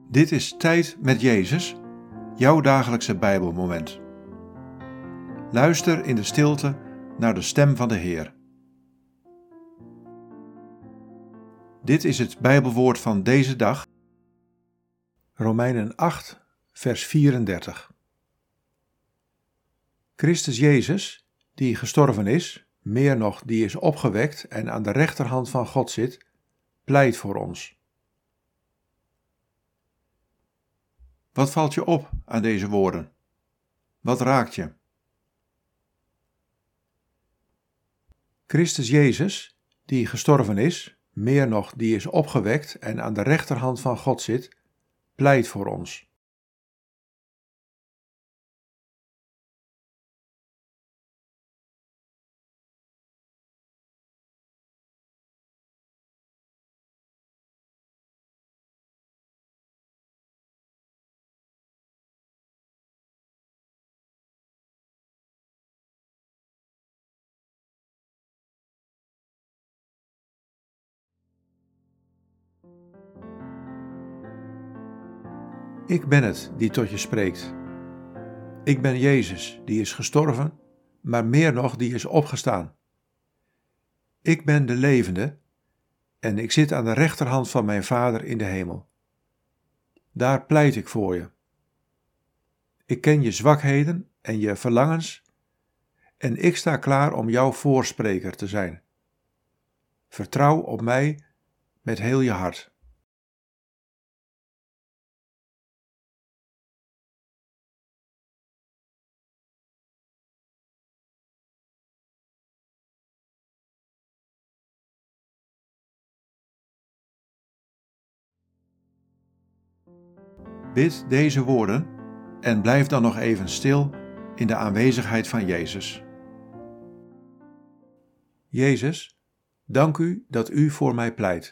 Dit is Tijd met Jezus, jouw dagelijkse Bijbelmoment. Luister in de stilte naar de stem van de Heer. Dit is het Bijbelwoord van deze dag, Romeinen 8, vers 34. Christus Jezus, die gestorven is, meer nog die is opgewekt en aan de rechterhand van God zit, pleit voor ons. Wat valt je op aan deze woorden? Wat raakt je? Christus Jezus, die gestorven is, meer nog die is opgewekt en aan de rechterhand van God zit, pleit voor ons. Ik ben het die tot je spreekt. Ik ben Jezus, die is gestorven, maar meer nog, die is opgestaan. Ik ben de levende en ik zit aan de rechterhand van mijn Vader in de hemel. Daar pleit ik voor je. Ik ken je zwakheden en je verlangens en ik sta klaar om jouw voorspreker te zijn. Vertrouw op mij met heel je hart. Bid deze woorden en blijf dan nog even stil in de aanwezigheid van Jezus. Jezus, dank u dat u voor mij pleit.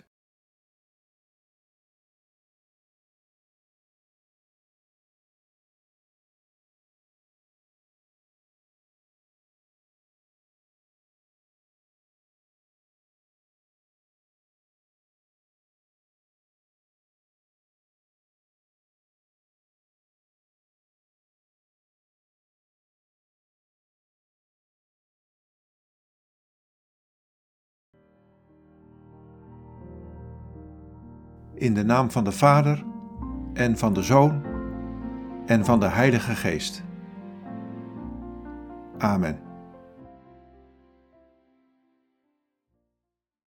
In de naam van de Vader en van de Zoon en van de Heilige Geest. Amen.